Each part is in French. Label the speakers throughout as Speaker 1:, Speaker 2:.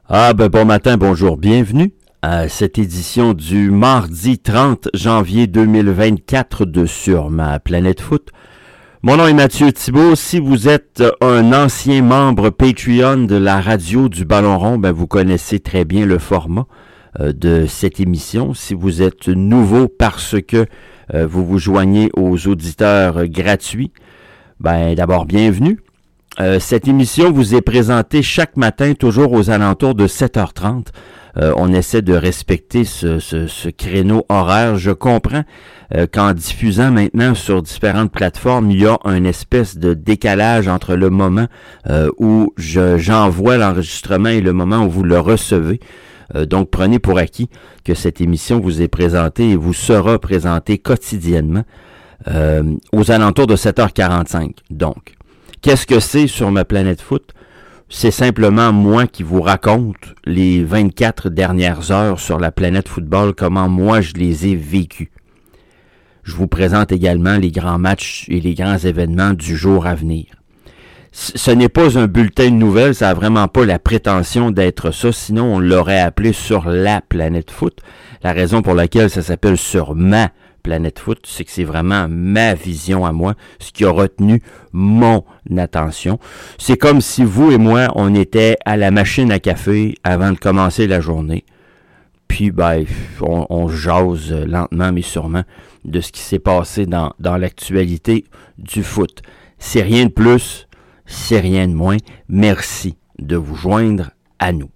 Speaker 1: Bon matin, bonjour, bienvenue à cette édition du mardi 30 janvier 2024 de Sur ma planète foot. Mon nom est Mathieu Thibault. Si vous êtes un ancien membre Patreon de la radio du Ballon Rond, vous connaissez très bien le format de cette émission. Si vous êtes nouveau parce que vous vous joignez aux auditeurs gratuits, d'abord bienvenue. Cette émission vous est présentée chaque matin, toujours aux alentours de 7h30. On essaie de respecter ce créneau horaire. Je comprends qu'en diffusant maintenant sur différentes plateformes, il y a une espèce de décalage entre le moment où j'envoie l'enregistrement et le moment où vous le recevez. Donc, prenez pour acquis que cette émission vous est présentée et vous sera présentée quotidiennement aux alentours de 7h45. Donc, qu'est-ce que c'est sur ma planète foot? C'est simplement moi qui vous raconte les 24 dernières heures sur la planète football, comment moi je les ai vécues. Je vous présente également les grands matchs et les grands événements du jour à venir. Ce n'est pas un bulletin de nouvelles, ça n'a vraiment pas la prétention d'être ça, sinon on l'aurait appelé Sur la planète foot. La raison pour laquelle ça s'appelle Sur ma planète foot, c'est que c'est vraiment ma vision à moi, ce qui a retenu mon attention. C'est comme si vous et moi, on était à la machine à café avant de commencer la journée. Puis, on jase lentement mais sûrement de ce qui s'est passé dans l'actualité du foot. C'est rien de plus, c'est rien de moins. Merci de vous joindre à nous.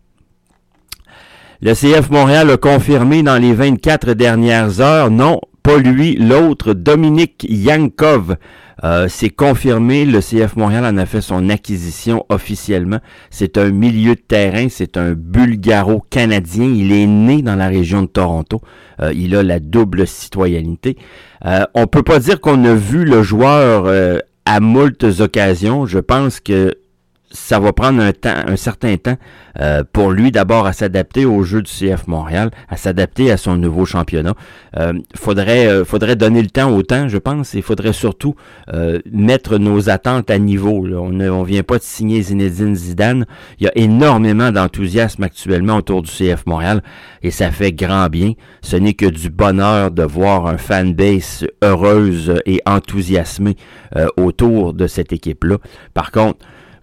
Speaker 1: Le CF Montréal a confirmé dans les 24 dernières heures, non, pas lui, l'autre, Dominic Yankov. C'est confirmé, le CF Montréal en a fait son acquisition officiellement. C'est un milieu de terrain, c'est un Bulgaro-Canadien. Il est né dans la région de Toronto. Il a la double citoyenneté. On peut pas dire qu'on a vu le joueur à moultes occasions. Je pense que ça va prendre un certain temps pour lui d'abord à s'adapter au jeu du CF Montréal, à s'adapter à son nouveau championnat. Faudrait donner le temps au temps, je pense, et il faudrait surtout mettre nos attentes à niveau. Là. On vient pas de signer Zinedine Zidane. Il y a énormément d'enthousiasme actuellement autour du CF Montréal et ça fait grand bien. Ce n'est que du bonheur de voir un fanbase heureuse et enthousiasmée autour de cette équipe-là. Par contre,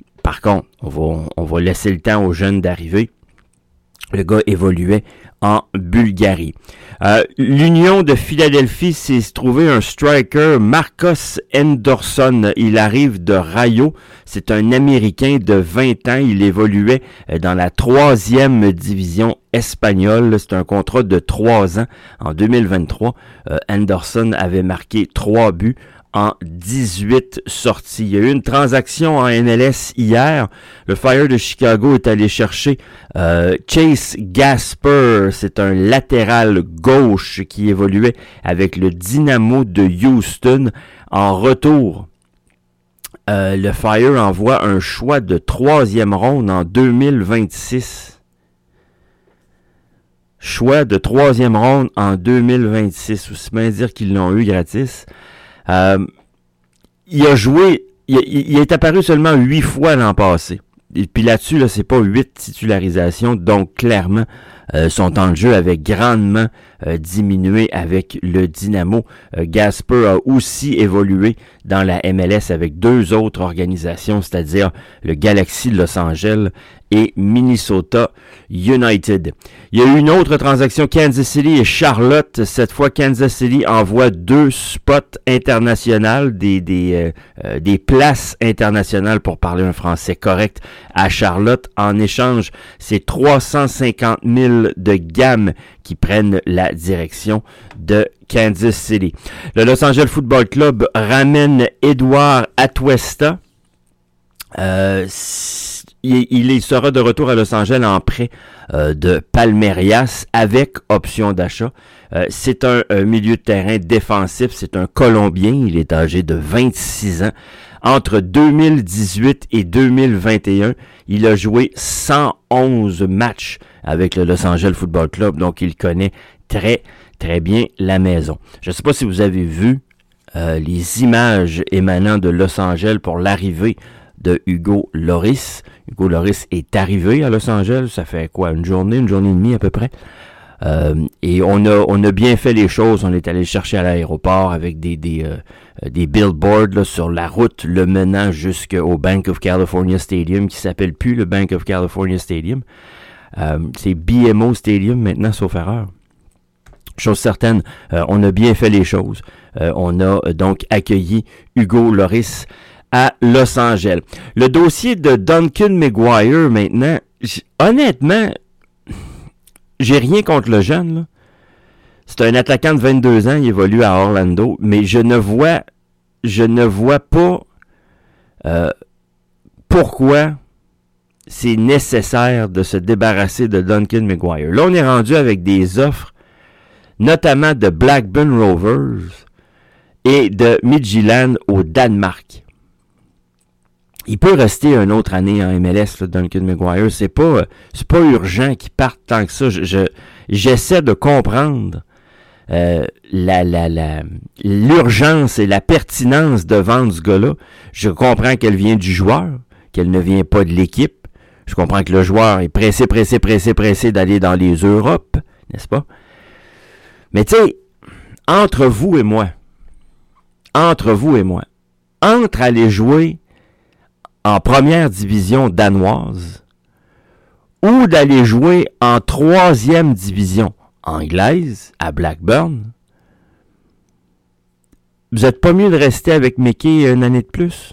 Speaker 1: on va laisser le temps aux jeunes d'arriver. Le gars évoluait en Bulgarie. L'Union de Philadelphie s'est trouvé un striker, Marcos Henderson. Il arrive de Rayo. C'est un Américain de 20 ans. Il évoluait dans la 3e division espagnole. C'est un contrat de 3 ans. En 2023, Henderson avait marqué 3 buts en 18 sorties. Il y a eu une transaction en MLS hier. Le Fire de Chicago est allé chercher Chase Gasper. C'est un latéral gauche qui évoluait avec le Dynamo de Houston. En retour, le Fire envoie un choix de 3e ronde en 2026. Choix de 3e ronde en 2026. Aussi bien dire qu'ils l'ont eu gratis. Il a joué, il est apparu seulement 8 fois l'an passé. Et puis là-dessus, c'est pas 8 titularisations, donc clairement, son temps de jeu avait grandement diminué avec le Dynamo. Gasper a aussi évolué dans la MLS avec 2 autres organisations, c'est-à-dire le Galaxy de Los Angeles et Minnesota United. Il y a eu une autre transaction, Kansas City et Charlotte. Cette fois, Kansas City envoie 2 spots internationaux, des places internationales pour parler un français correct à Charlotte. En échange, c'est 350 000 de gamme qui prennent la direction de Kansas City. Le Los Angeles Football Club ramène Edouard Atuesta. Il sera de retour à Los Angeles en prêt de Palmeiras avec option d'achat. C'est un milieu de terrain défensif, c'est un Colombien, il est âgé de 26 ans. Entre 2018 et 2021, il a joué 111 matchs avec le Los Angeles Football Club, donc il connaît très, très bien la maison. Je ne sais pas si vous avez vu les images émanant de Los Angeles pour l'arrivée de Hugo Lloris. Hugo Lloris est arrivé à Los Angeles, ça fait quoi, une journée et demie à peu près. Et on a bien fait les choses. On est allé le chercher à l'aéroport avec des billboards là, sur la route le menant jusqu'au Bank of California Stadium, qui s'appelle plus le Bank of California Stadium. C'est BMO Stadium maintenant, sauf erreur. Chose certaine, on a bien fait les choses. On a donc accueilli Hugo Lloris à Los Angeles. Le dossier de Duncan McGuire maintenant, honnêtement, j'ai rien contre le jeune, là. C'est un attaquant de 22 ans, il évolue à Orlando, mais je ne vois pas pourquoi c'est nécessaire de se débarrasser de Duncan McGuire. Là, on est rendu avec des offres, notamment de Blackburn Rovers et de Midtjylland au Danemark. Il peut rester une autre année en MLS, là, Duncan McGuire. C'est pas urgent qu'il parte tant que ça. J'essaie de comprendre l'urgence et la pertinence de vendre ce gars-là. Je comprends qu'elle vient du joueur, qu'elle ne vient pas de l'équipe. Je comprends que le joueur est pressé d'aller dans les Europes, n'est-ce pas? Mais tu sais, entre vous et moi, entre aller jouer en première division danoise ou d'aller jouer en troisième division anglaise à Blackburn, vous êtes pas mieux de rester avec Mickey une année de plus?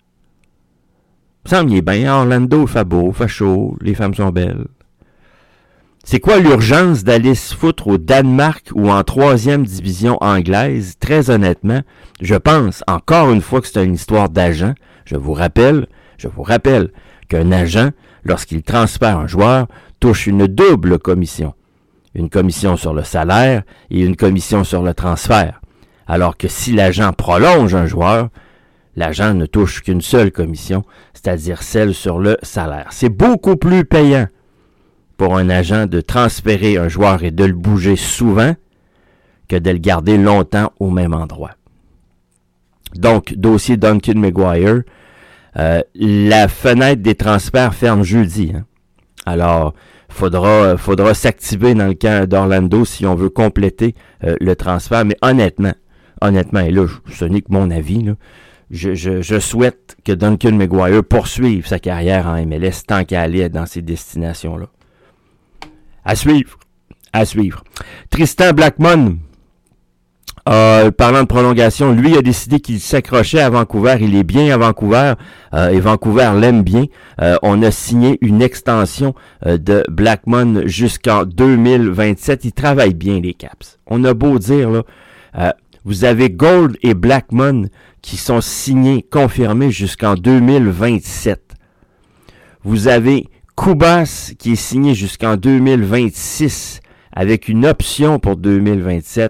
Speaker 1: Il me semble qu'il est bien. Orlando, il fait beau, il fait chaud, les femmes sont belles. C'est quoi l'urgence d'aller se foutre au Danemark ou en troisième division anglaise? Très honnêtement, je pense encore une fois que c'est une histoire d'agent. Je vous rappelle qu'un agent, lorsqu'il transfère un joueur, touche une double commission. Une commission sur le salaire et une commission sur le transfert. Alors que si l'agent prolonge un joueur, l'agent ne touche qu'une seule commission, c'est-à-dire celle sur le salaire. C'est beaucoup plus payant pour un agent de transférer un joueur et de le bouger souvent que de le garder longtemps au même endroit. Donc, dossier Duncan McGuire, la fenêtre des transferts ferme jeudi. Hein. Alors, faudra s'activer dans le camp d'Orlando si on veut compléter le transfert. Mais honnêtement, et là, ce n'est que mon avis, là, je souhaite que Duncan McGuire poursuive sa carrière en MLS tant qu'à aller dans ces destinations-là. À suivre. Tristan Blackmon, parlant de prolongation, lui a décidé qu'il s'accrochait à Vancouver. Il est bien à Vancouver et Vancouver l'aime bien. On a signé une extension de Blackmon jusqu'en 2027. Il travaille bien les Caps. On a beau dire, là, vous avez Gould et Blackmon qui sont signés, confirmés jusqu'en 2027. Vous avez Kubas qui est signé jusqu'en 2026 avec une option pour 2027.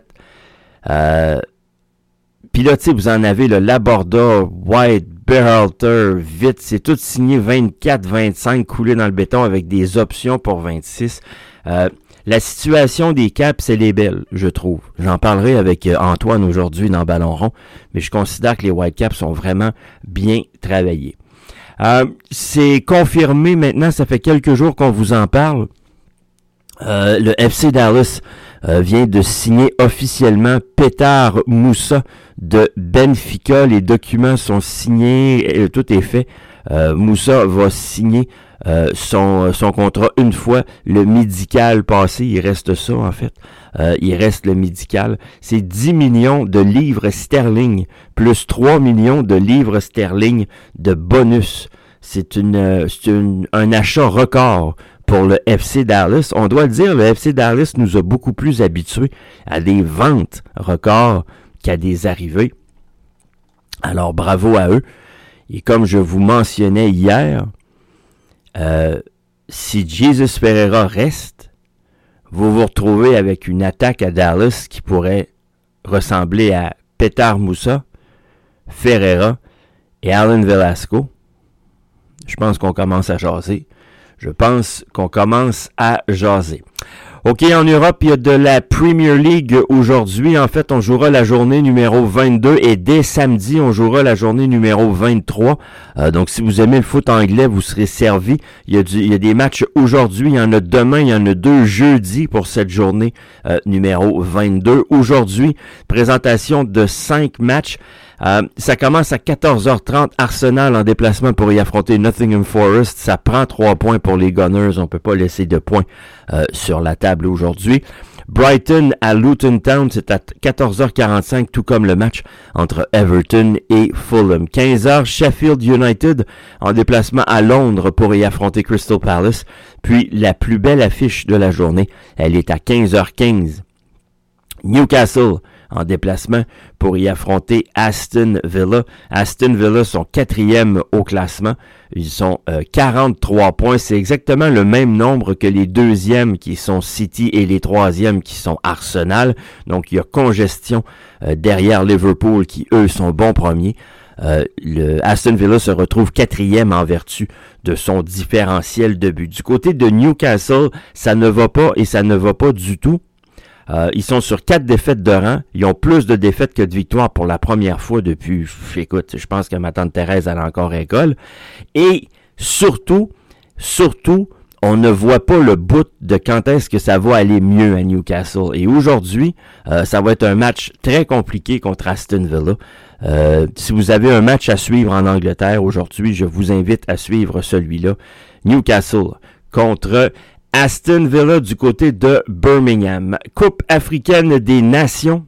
Speaker 1: Puis là, tu sais, vous en avez le Laborda, White, Berhalter, Witt, c'est tout signé 24, 25 coulé dans le béton avec des options pour 26. La situation des Caps, elle est belle, je trouve. J'en parlerai avec Antoine aujourd'hui dans Ballon Rond, mais je considère que les Whitecaps sont vraiment bien travaillés. C'est confirmé maintenant, ça fait quelques jours qu'on vous en parle. Le FC Dallas vient de signer officiellement Petar Moussa de Benfica. Les documents sont signés, tout est fait. Moussa va signer son contrat une fois le médical passé. Il reste ça, en fait. Il reste le médical. C'est 10 millions de livres sterling plus 3 millions de livres sterling de bonus. C'est un achat record pour le FC Dallas. On doit le dire, le FC Dallas nous a beaucoup plus habitués à des ventes records qu'à des arrivées. Alors, bravo à eux. Et comme je vous mentionnais hier, si Jesus Ferreira reste, vous vous retrouvez avec une attaque à Dallas qui pourrait ressembler à Petar Moussa, Ferreira et Alan Velasco. Je pense qu'on commence à jaser. OK, en Europe, il y a de la Premier League aujourd'hui. En fait, on jouera la journée numéro 22 et dès samedi, on jouera la journée numéro 23. Donc, si vous aimez le foot anglais, vous serez servi. Il y a des matchs aujourd'hui, il y en a demain, il y en a 2 jeudi pour cette journée numéro 22. Aujourd'hui, présentation de 5 matchs. Ça commence à 14h30, Arsenal en déplacement pour y affronter Nottingham Forest. Ça prend 3 points pour les Gunners. On peut pas laisser de points sur la table aujourd'hui. Brighton à Luton Town, c'est à 14h45, tout comme le match entre Everton et Fulham. 15h, Sheffield United en déplacement à Londres pour y affronter Crystal Palace. Puis la plus belle affiche de la journée, elle est à 15h15. Newcastle en déplacement pour y affronter Aston Villa. Aston Villa sont 4e au classement. Ils sont 43 points. C'est exactement le même nombre que les 2e qui sont City et les 3e qui sont Arsenal. Donc, il y a congestion derrière Liverpool qui, eux, sont bons premiers. Le Aston Villa se retrouve 4e en vertu de son différentiel de but. Du côté de Newcastle, ça ne va pas et ça ne va pas du tout. Ils sont sur 4 défaites de rang. Ils ont plus de défaites que de victoires pour la première fois depuis, écoute, je pense que ma tante Thérèse, elle a encore école. Et surtout, on ne voit pas le bout de quand est-ce que ça va aller mieux à Newcastle. Et aujourd'hui, ça va être un match très compliqué contre Aston Villa. Si vous avez un match à suivre en Angleterre aujourd'hui, je vous invite à suivre celui-là. Newcastle contre Aston Villa du côté de Birmingham. Coupe africaine des nations.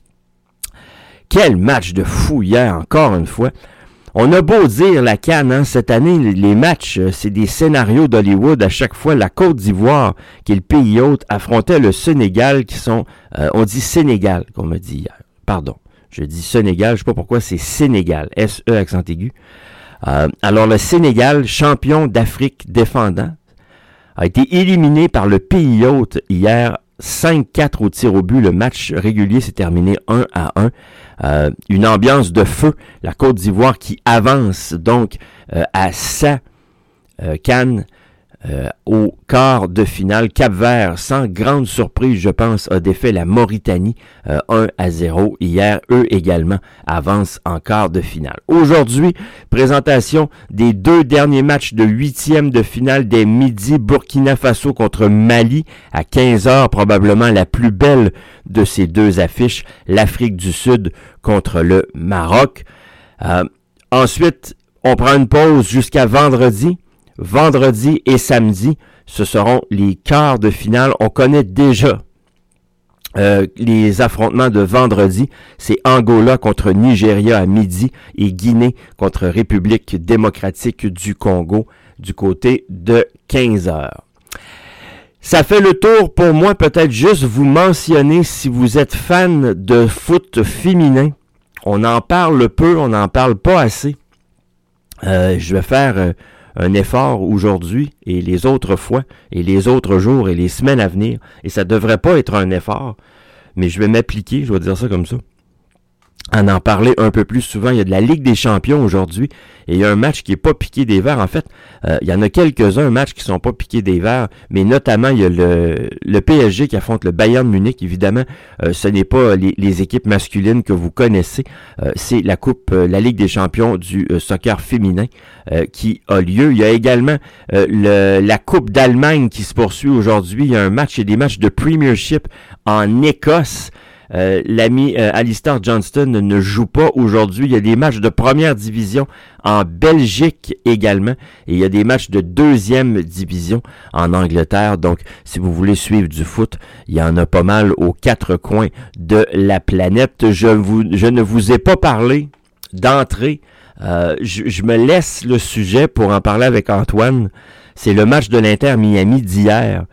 Speaker 1: Quel match de fou hier, encore une fois. On a beau dire la CAN, hein, cette année, les matchs, c'est des scénarios d'Hollywood. À chaque fois, la Côte d'Ivoire, qui est le pays hôte, affrontait le Sénégal, qui sont... on dit Sénégal, qu'on me dit hier. Pardon, je dis Sénégal, je sais pas pourquoi, c'est Sénégal. S-E accent aigu. Alors, le Sénégal, champion d'Afrique défendant, a été éliminé par le pays hôte hier, 5-4 au tir au but. Le match régulier s'est terminé 1-1. Une ambiance de feu. La Côte d'Ivoire qui avance donc à sa CAN au quart de finale. Cap-Vert, sans grande surprise, je pense, a défait la Mauritanie 1-0. Hier, eux également avancent en quart de finale. Aujourd'hui, présentation des 2 derniers matchs de 8e de finale dès midi. Burkina Faso contre Mali à 15h, probablement la plus belle de ces 2 affiches. L'Afrique du Sud contre le Maroc. Ensuite, on prend une pause jusqu'à vendredi. Vendredi et samedi, ce seront les quarts de finale. On connaît déjà les affrontements de vendredi. C'est Angola contre Nigeria à midi et Guinée contre République démocratique du Congo du côté de 15h. Ça fait le tour pour moi. Peut-être juste vous mentionner si vous êtes fan de foot féminin. On en parle peu, on n'en parle pas assez. Je vais faire... un effort aujourd'hui et les autres fois et les autres jours et les semaines à venir. Et ça devrait pas être un effort, mais je vais m'appliquer, je vais dire ça comme ça, à en parler un peu plus souvent. Il y a de la Ligue des champions aujourd'hui et il y a un match qui est pas piqué des verres. En fait, il y en a quelques-uns matchs qui sont pas piqués des verres, mais notamment il y a le PSG qui affronte le Bayern Munich. Évidemment, ce n'est pas les équipes masculines que vous connaissez. C'est la coupe, la Ligue des champions du soccer féminin qui a lieu. Il y a également la Coupe d'Allemagne qui se poursuit aujourd'hui. Il y a un match et des matchs de Premiership en Écosse. L'ami Alistair Johnston ne joue pas aujourd'hui. Il y a des matchs de première division en Belgique également. Et il y a des matchs de deuxième division en Angleterre. Donc, si vous voulez suivre du foot, il y en a pas mal aux 4 coins de la planète. Je ne vous ai pas parlé d'entrée. Je me laisse le sujet pour en parler avec Antoine. C'est le match de l'Inter Miami d'hier.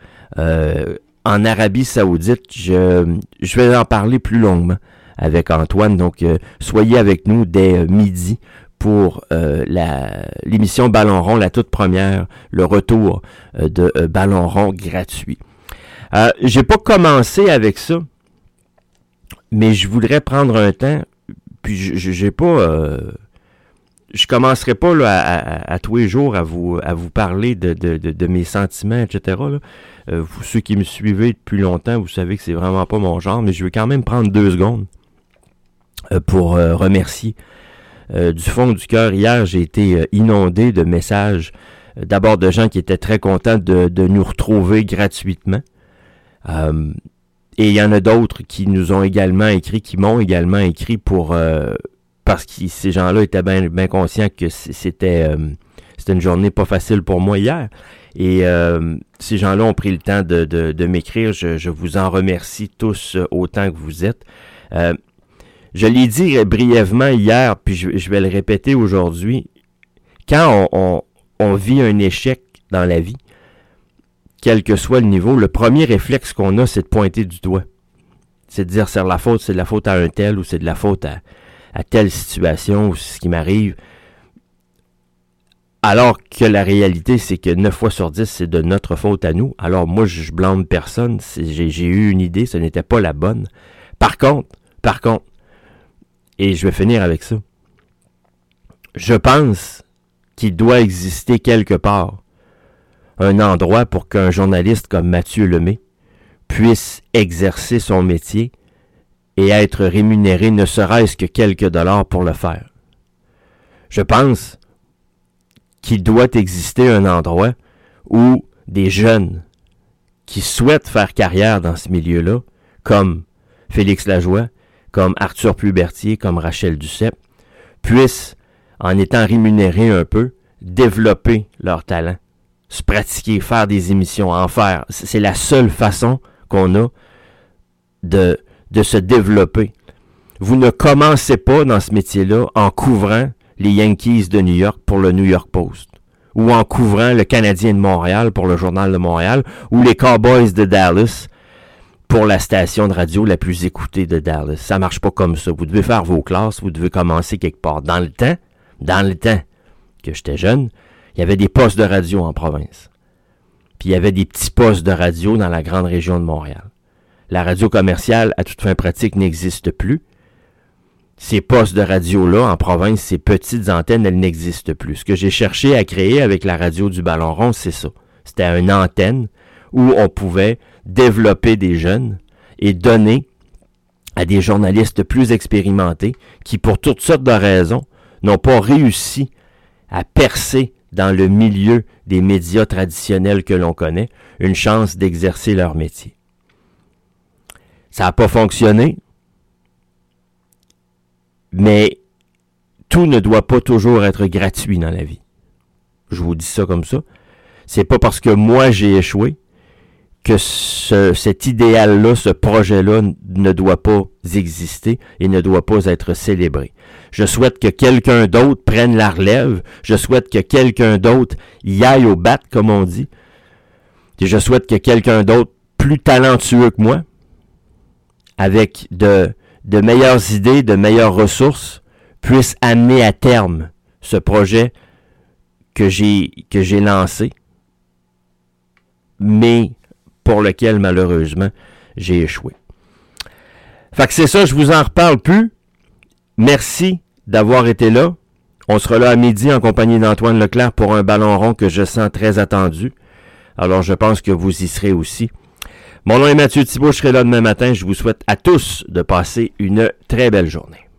Speaker 1: En Arabie Saoudite, je vais en parler plus longuement avec Antoine. Donc, soyez avec nous dès midi pour l'émission Ballon Rond, la toute première, le retour de Ballon Rond gratuit. J'ai pas commencé avec ça, mais je voudrais prendre un temps, puis j'ai pas... je commencerai pas là, à tous les jours à vous parler de mes sentiments, etc. Là. Vous, ceux qui me suivez depuis longtemps, vous savez que c'est vraiment pas mon genre, mais je vais quand même prendre 2 secondes pour remercier. Du fond du cœur, hier, j'ai été inondé de messages, d'abord de gens qui étaient très contents de nous retrouver gratuitement. Et il y en a d'autres qui nous ont également écrit, qui m'ont également écrit pour parce que ces gens-là étaient bien conscients que c'était une journée pas facile pour moi hier. Et ces gens-là ont pris le temps de m'écrire. Je vous en remercie tous autant que vous êtes. Je l'ai dit brièvement hier, puis je vais le répéter aujourd'hui. Quand on vit un échec dans la vie, quel que soit le niveau, le premier réflexe qu'on a, c'est de pointer du doigt. C'est de dire c'est de la faute à un tel, ou c'est de la faute à telle situation, ou ce qui m'arrive. Alors que la réalité, c'est que 9 fois sur 10, c'est de notre faute à nous. Alors moi, je blâme personne. J'ai eu une idée, ce n'était pas la bonne. Par contre, et je vais finir avec ça, je pense qu'il doit exister quelque part un endroit pour qu'un journaliste comme Mathieu Lemay puisse exercer son métier et être rémunéré ne serait-ce que quelques dollars pour le faire. Je pense qu'il doit exister un endroit où des jeunes qui souhaitent faire carrière dans ce milieu-là, comme Félix Lajoie, comme Arthur Plubertier, comme Rachel Duceppe, puissent, en étant rémunérés un peu, développer leur talent, se pratiquer, faire des émissions, en faire. C'est la seule façon qu'on a de se développer. Vous ne commencez pas dans ce métier-là en couvrant les Yankees de New York pour le New York Post, ou en couvrant le Canadien de Montréal pour le Journal de Montréal, ou les Cowboys de Dallas pour la station de radio la plus écoutée de Dallas. Ça marche pas comme ça. Vous devez faire vos classes, vous devez commencer quelque part. Dans le temps que j'étais jeune, il y avait des postes de radio en province. Puis il y avait des petits postes de radio dans la grande région de Montréal. La radio commerciale, à toute fin pratique, n'existe plus. Ces postes de radio-là, en province, ces petites antennes, elles n'existent plus. Ce que j'ai cherché à créer avec la radio du Ballon Rond, c'est ça. C'était une antenne où on pouvait développer des jeunes et donner à des journalistes plus expérimentés qui, pour toutes sortes de raisons, n'ont pas réussi à percer dans le milieu des médias traditionnels que l'on connaît, une chance d'exercer leur métier. Ça n'a pas fonctionné, mais tout ne doit pas toujours être gratuit dans la vie. Je vous dis ça comme ça. C'est pas parce que moi j'ai échoué que cet idéal-là, ce projet-là ne doit pas exister et ne doit pas être célébré. Je souhaite que quelqu'un d'autre prenne la relève. Je souhaite que quelqu'un d'autre y aille au bat, comme on dit. Et je souhaite que quelqu'un d'autre, plus talentueux que moi, avec de meilleures idées, de meilleures ressources, puisse amener à terme ce projet que j'ai lancé, mais pour lequel, malheureusement, j'ai échoué. Fait que c'est ça, je vous en reparle plus. Merci d'avoir été là. On sera là à midi en compagnie d'Antoine Leclerc pour un ballon rond que je sens très attendu. Alors, je pense que vous y serez aussi. Mon nom est Mathieu Thibault, je serai là demain matin. Je vous souhaite à tous de passer une très belle journée.